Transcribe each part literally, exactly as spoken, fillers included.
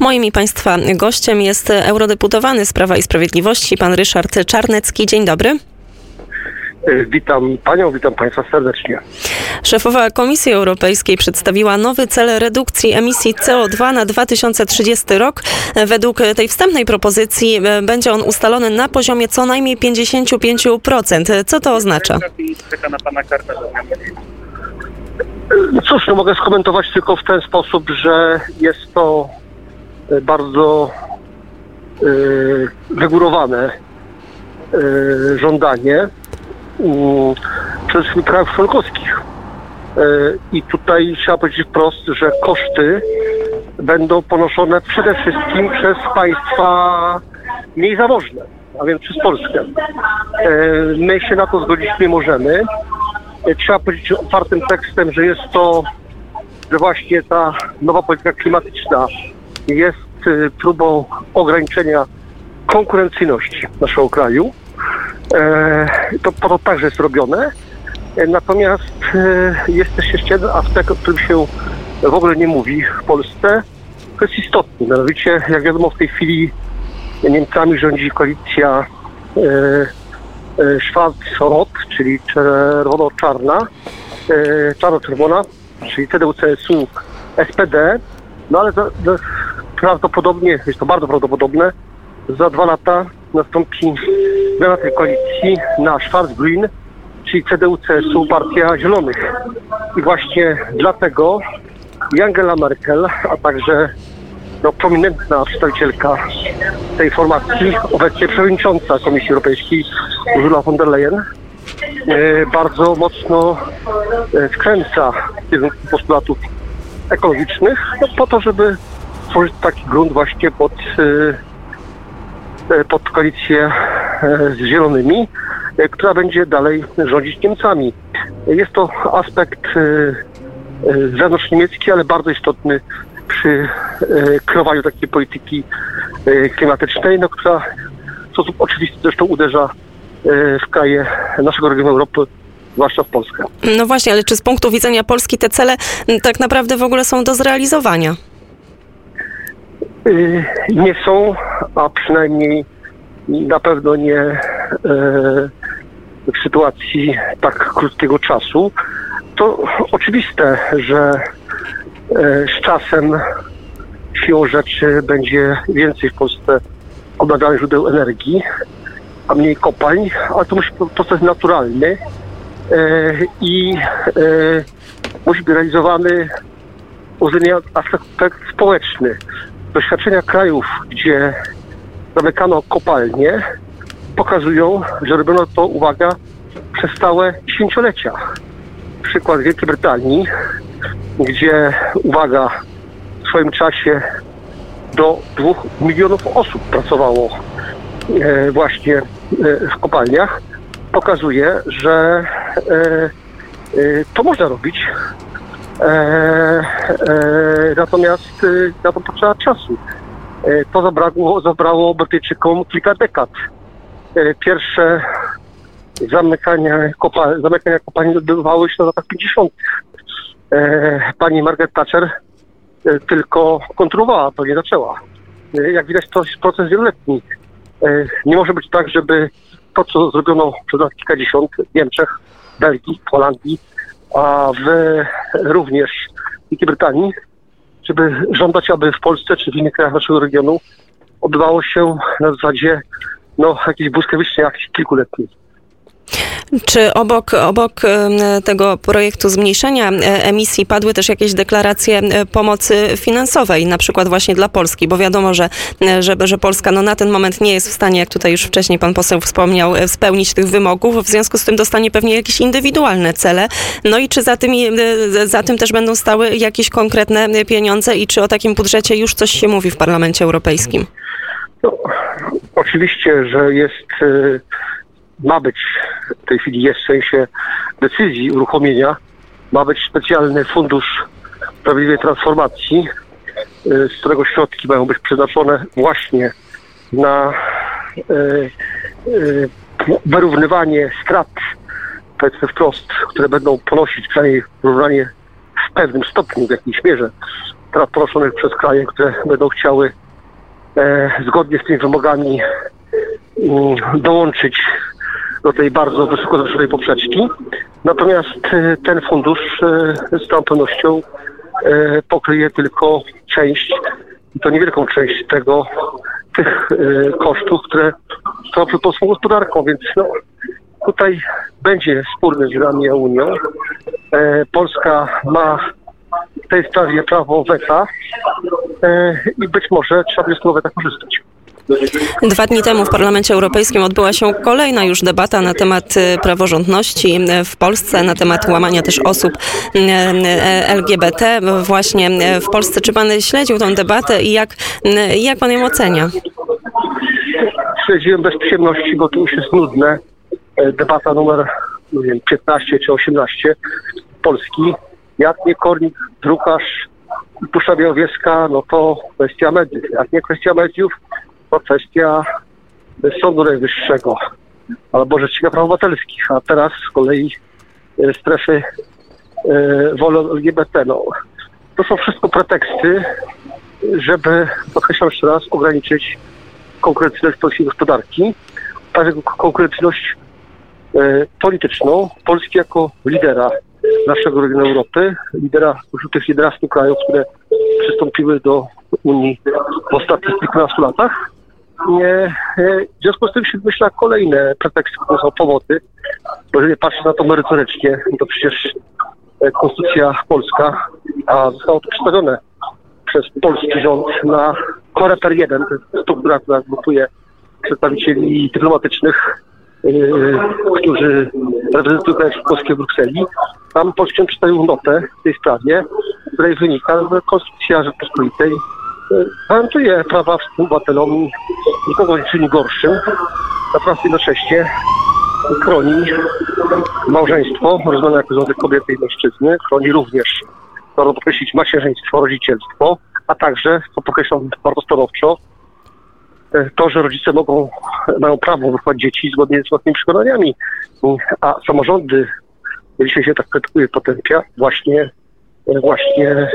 Moim i Państwa gościem jest eurodeputowany z Prawa i Sprawiedliwości, pan Ryszard Czarnecki. Dzień dobry. Witam Panią, witam Państwa serdecznie. Szefowa Komisji Europejskiej przedstawiła nowy cel redukcji emisji C O dwa na dwa tysiące trzydziesty rok. Według tej wstępnej propozycji będzie on ustalony na poziomie co najmniej pięćdziesiąt pięć procent. Co to oznacza? Cóż, no mogę skomentować tylko w ten sposób, że jest to bardzo yy, wygórowane yy, żądanie yy, przede wszystkim krajów członkowskich. Yy, I tutaj trzeba powiedzieć wprost, że koszty będą ponoszone przede wszystkim przez państwa mniej zamożne, a więc przez Polskę. Yy, my się na to zgodzić nie możemy. Trzeba powiedzieć otwartym tekstem, że jest to, że właśnie ta nowa polityka klimatyczna jest próbą ograniczenia konkurencyjności naszego kraju. To po to także jest robione. Natomiast jest też jeszcze jeden aspekt, o którym się w ogóle nie mówi w Polsce. To jest istotny. Mianowicie, jak wiadomo, w tej chwili Niemcami rządzi koalicja Schwarz-Rot, czyli czerwono-czarna, czarno-czerwona, czyli C D U, C S U, S P D, no ale to, to prawdopodobnie, jest to bardzo prawdopodobne, za dwa lata nastąpi zmiana tej koalicji na Schwarz-Grün, czyli C D U, C S U, Partia Zielonych. I właśnie dlatego Angela Merkel, a także no, prominentna przedstawicielka tej formacji, obecnie przewodnicząca Komisji Europejskiej Ursula von der Leyen, e, bardzo mocno e, skręca w kierunku postulatów ekologicznych, no, po to, żeby tworzyć taki grunt właśnie pod, e, pod koalicję e, z Zielonymi, e, która będzie dalej rządzić Niemcami. Jest to aspekt e, e, zewnątrzniemiecki, ale bardzo istotny przy e, kreowaniu takiej polityki e, klimatycznej, no, która w sposób oczywisty zresztą uderza e, w kraje naszego regionu Europy, zwłaszcza w Polskę. No właśnie, ale czy z punktu widzenia Polski te cele tak naprawdę w ogóle są do zrealizowania? E, nie są, a przynajmniej na pewno nie e, w sytuacji tak krótkiego czasu. To oczywiste, że z czasem siłą rzeczy będzie więcej w Polsce odnawialnych źródeł energii, a mniej kopalń, ale to musi być proces naturalny i musi być realizowany uwzględniając aspekt społeczny. Doświadczenia krajów, gdzie zamykano kopalnie, pokazują, że robiono to, uwaga, przez stałe dziesięciolecia. Przykład Wielkiej Brytanii, gdzie, uwaga, w swoim czasie do dwóch milionów osób pracowało e, właśnie e, w kopalniach, pokazuje, że e, e, to można robić. E, e, natomiast e, na to potrzeba czasu. E, to zabrało, zabrało Brytyjczykom kilka dekad. E, pierwsze zamykania, kopal, zamykania kopalni odbywały się na latach pięćdziesiątych. Pani Margaret Thatcher tylko kontynuowała, to nie zaczęła. Jak widać, to jest proces wieloletni. Nie może być tak, żeby to, co zrobiono przez lat kilkadziesiąt w Niemczech, Belgii, Holandii, a w również w Wielkiej Brytanii, żeby żądać, aby w Polsce czy w innych krajach naszego regionu odbywało się na zasadzie no, jakiejś błyskawicznej akcji kilkuletniej. Czy obok, obok tego projektu zmniejszenia emisji padły też jakieś deklaracje pomocy finansowej, na przykład właśnie dla Polski, bo wiadomo, że, że, że Polska no, na ten moment nie jest w stanie, jak tutaj już wcześniej pan poseł wspomniał, spełnić tych wymogów, w związku z tym dostanie pewnie jakieś indywidualne cele. No i czy za, tymi, za tym też będą stały jakieś konkretne pieniądze i czy o takim budżecie już coś się mówi w Parlamencie Europejskim? No, oczywiście, że jest... Ma być, w tej chwili jest w sensie decyzji uruchomienia, ma być specjalny fundusz sprawiedliwej transformacji, z którego środki mają być przeznaczone właśnie na wyrównywanie strat, powiedzmy wprost, które będą ponosić przynajmniej wyrównanie w pewnym stopniu, w jakiejś mierze teraz poruszonych przez kraje, które będą chciały e, zgodnie z tymi wymogami mm, dołączyć do tej bardzo wysoko zawyżonej poprzeczki. Natomiast e, ten fundusz e, z całą pewnością e, pokryje tylko część, i to niewielką część tego, tych e, kosztów, które są przed polską gospodarką, więc no, tutaj będzie spór między nami a Unią. E, Polska ma w tej sprawie prawo weta e, i być może trzeba będzie z tego weta korzystać. Dwa dni temu w Parlamencie Europejskim odbyła się kolejna już debata na temat praworządności w Polsce, na temat łamania też osób L G B T właśnie w Polsce. Czy pan śledził tę debatę i jak, jak pan ją ocenia? Śledziłem bez przyjemności, bo to już jest nudne. Debata numer nie wiem, piętnaście czy osiemnaście Polski. Jak nie Kornik, Drukarz i Puszcza Białowieska, no to kwestia mediów. Jak nie kwestia mediów, to kwestia Sądu Najwyższego albo Rzecznika Praw Obywatelskich, a teraz z kolei strefy e, wolą L G B T. No, to są wszystko preteksty, żeby, podkreślam jeszcze raz, ograniczyć konkurencyjność polskiej gospodarki, także konkurencyjność e, polityczną Polski jako lidera naszego regionu Europy, lidera wśród tych jedenastu krajów, które przystąpiły do Unii w ostatnich kilkunastu latach. Nie, w związku z tym się wymyśla kolejne preteksty, które są powody, bo jeżeli patrzeć na to merytorycznie, to przecież konstytucja polska, a zostało to przedstawione przez polski rząd na Koreper jeden, to jest struktura, która grupuje przedstawicieli dyplomatycznych, yy, którzy reprezentują krajów polskie w Brukseli. Tam polski rząd przedstawił notę w tej sprawie, z której wynika, że konstytucja Rzeczypospolitej gwarantuje prawa wszystkim obywatelom, nikogo nie czyni gorszym, natomiast jednocześnie chroni małżeństwo, rozumiane jako związek kobiety i mężczyzny, chroni również, można podkreślić, macierzyństwo, rodzicielstwo, a także, co podkreślam bardzo stanowczo, to, że rodzice mogą, mają prawo wychować dzieci zgodnie z własnymi przekonaniami, a samorządy, dzisiaj się tak potępia, właśnie, właśnie e,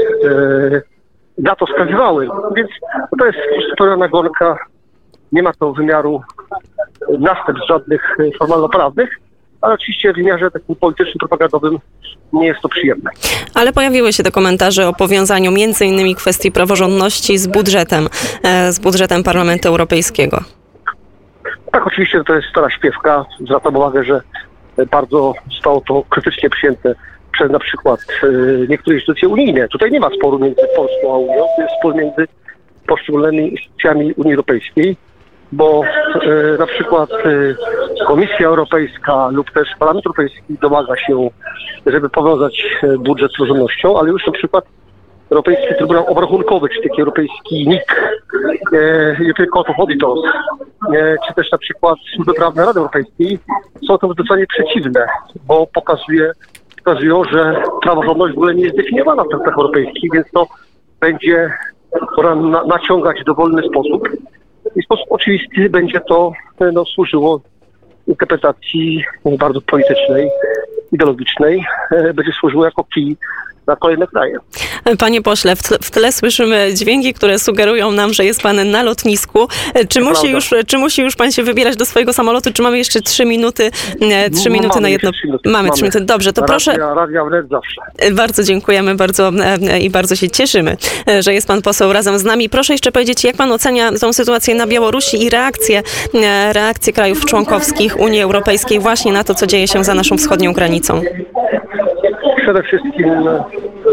na to wskazywały. Więc to jest historia nagonka, nie ma to wymiaru następstw żadnych formalno-prawnych, ale oczywiście w wymiarze takim politycznym, propagandowym nie jest to przyjemne. Ale pojawiły się te komentarze o powiązaniu między innymi kwestii praworządności z budżetem, z budżetem Parlamentu Europejskiego. Tak, oczywiście to jest stara śpiewka. Zwracam uwagę, że bardzo zostało to krytycznie przyjęte przez na przykład niektóre instytucje unijne. Tutaj nie ma sporu między Polską a Unią, to jest spór między poszczególnymi instytucjami Unii Europejskiej, bo e, na przykład e, Komisja Europejska lub też Parlament Europejski domaga się, żeby powiązać e, budżet z praworządnością, ale już na przykład Europejski Trybunał Obrachunkowy, czy taki europejski N I C, e, European Court of Auditors, e, czy też na przykład Służby Prawne Rady Europejskiej są temu zdecydowanie przeciwne, bo pokazuje, pokazują, że praworządność w ogóle nie jest definiowana w traktach europejskich, więc to będzie pora na, naciągać w dowolny sposób. I w sposób oczywisty będzie to no, służyło interpretacji bardzo politycznej, ideologicznej, będzie służyło jako kij na kolejne kraje. Panie pośle, w tle, w tle słyszymy dźwięki, które sugerują nam, że jest pan na lotnisku. Czy musi, już, czy musi już pan się wybierać do swojego samolotu? Czy mamy jeszcze trzy minuty, trzy no, minuty na jedno? Minuty. Mamy trzy minuty. Dobrze, to radia, proszę. Radia wnet zawsze. Bardzo dziękujemy bardzo i bardzo się cieszymy, że jest pan poseł razem z nami. Proszę jeszcze powiedzieć, jak pan ocenia tą sytuację na Białorusi i reakcję, reakcję krajów członkowskich Unii Europejskiej właśnie na to, co dzieje się za naszą wschodnią granicą? Przede wszystkim e,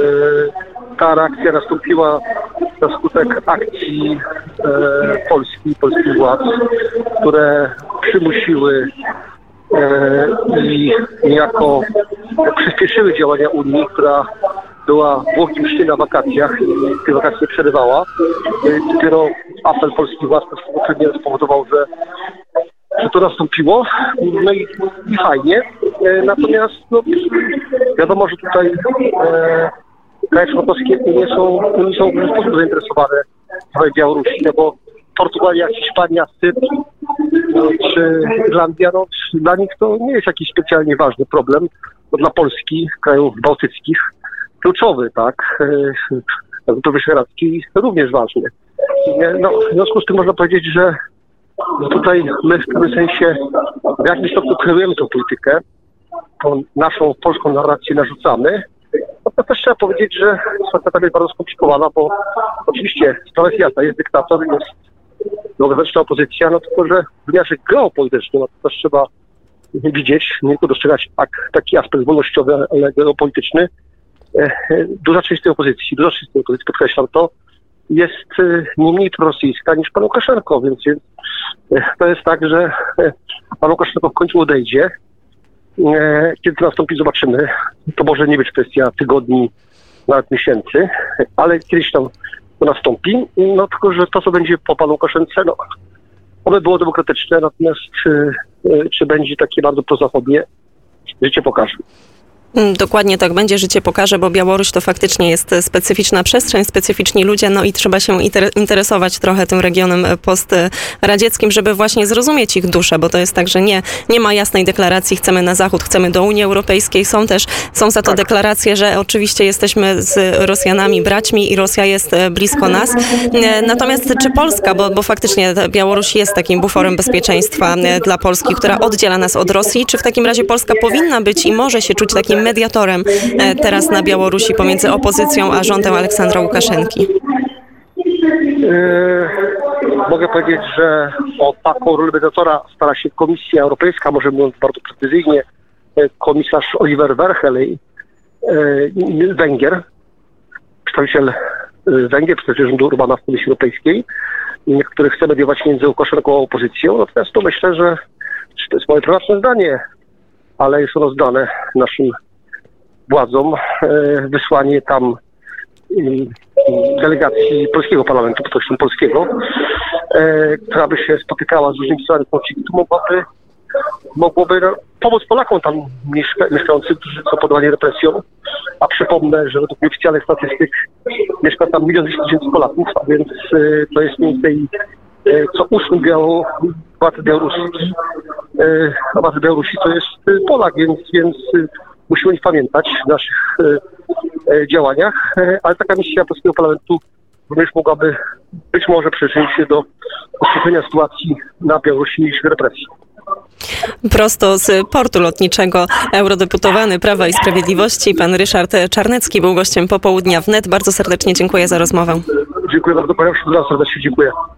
ta reakcja nastąpiła na skutek akcji e, Polski, polskich władz, które przymusiły e, i niejako przyspieszyły działania Unii, która była w błogim śnie na wakacjach i te wakacje przerywała. E, dopiero apel polskich władz spowodował, że że to nastąpiło, no i, i fajnie. E, natomiast no, wiadomo, że tutaj e, kraje członkowskie nie są, nie są w żaden sposób zainteresowane w Białorusi, no bo Portugalia, Hiszpania, Cypr no, czy Irlandia, no, dla nich to nie jest jakiś specjalnie ważny problem, bo dla Polski, krajów bałtyckich, kluczowy, tak. E, Grupy Wyszehradzkiej również ważny. No, w związku z tym można powiedzieć, że tutaj my w pewnym sensie w jakimś stopniu kreujemy tę politykę, tą naszą polską narrację narzucamy. No też trzeba powiedzieć, że sytuacja tam jest bardzo skomplikowana, bo oczywiście sprawa jest jasna, jest dyktator, jest wewnętrzna opozycja, no tylko że w wymiarze geopolitycznym, no to też trzeba widzieć, nie tylko dostrzegać tak, taki aspekt wolnościowy, ale geopolityczny. Duża część tej opozycji, duża część tej opozycji, podkreślam to, jest nie mniej prorosyjska niż pan Łukaszenko, więc to jest tak, że pan Łukaszenko w końcu odejdzie. Kiedy to nastąpi, zobaczymy. To może nie być kwestia tygodni, nawet miesięcy, ale kiedyś tam to nastąpi. No tylko, że to, co będzie po panu Łukaszence, no, oby było demokratyczne, natomiast czy, czy będzie takie bardzo prozachodnie, życie pokaże. Dokładnie tak będzie, życie pokaże, bo Białoruś to faktycznie jest specyficzna przestrzeń, specyficzni ludzie, no i trzeba się interesować trochę tym regionem postradzieckim, żeby właśnie zrozumieć ich duszę, bo to jest tak, że nie, nie ma jasnej deklaracji, chcemy na zachód, chcemy do Unii Europejskiej, są też, są za to deklaracje, że oczywiście jesteśmy z Rosjanami braćmi i Rosja jest blisko nas. Natomiast czy Polska, bo, bo faktycznie Białoruś jest takim buforem bezpieczeństwa dla Polski, która oddziela nas od Rosji, czy w takim razie Polska powinna być i może się czuć takim mediatorem teraz na Białorusi pomiędzy opozycją a rządem Aleksandra Łukaszenki? Yy, mogę powiedzieć, że o taką rolę mediatora stara się Komisja Europejska, może mówiąc bardzo precyzyjnie, komisarz Oliver Verhelyi, yy, Węgier, przedstawiciel Węgier, przedstawiciel rządu Orbana w Komisji Europejskiej, który chce mediować między Łukaszenką a opozycją. Natomiast to myślę, że to jest moje prywatne zdanie, ale jest ono zdane naszym władzom, wysłanie tam delegacji polskiego parlamentu, podkreślam polskiego, która by się spotykała z różnymi stronami konfliktu, mogłaby, mogłoby no, pomóc Polakom tam mieszka, mieszkającym, którzy są poddawani represjom. A przypomnę, że według oficjalnych statystyk mieszka tam milion dwieście tysięcy Polaków, a więc to jest mniej więcej co ósmy Biało, obywatel białoruski, obywatel Białorusi to jest Polak, więc, więc musimy o nich pamiętać w naszych działaniach, ale taka misja polskiego parlamentu również mogłaby być może przyczynić się do uspokojenia sytuacji na Białorusi niż represji. Prosto z portu lotniczego eurodeputowany Prawa i Sprawiedliwości pan Ryszard Czarnecki był gościem popołudnia wnet. Bardzo serdecznie dziękuję za rozmowę. Dziękuję bardzo, panią serdecznie dziękuję.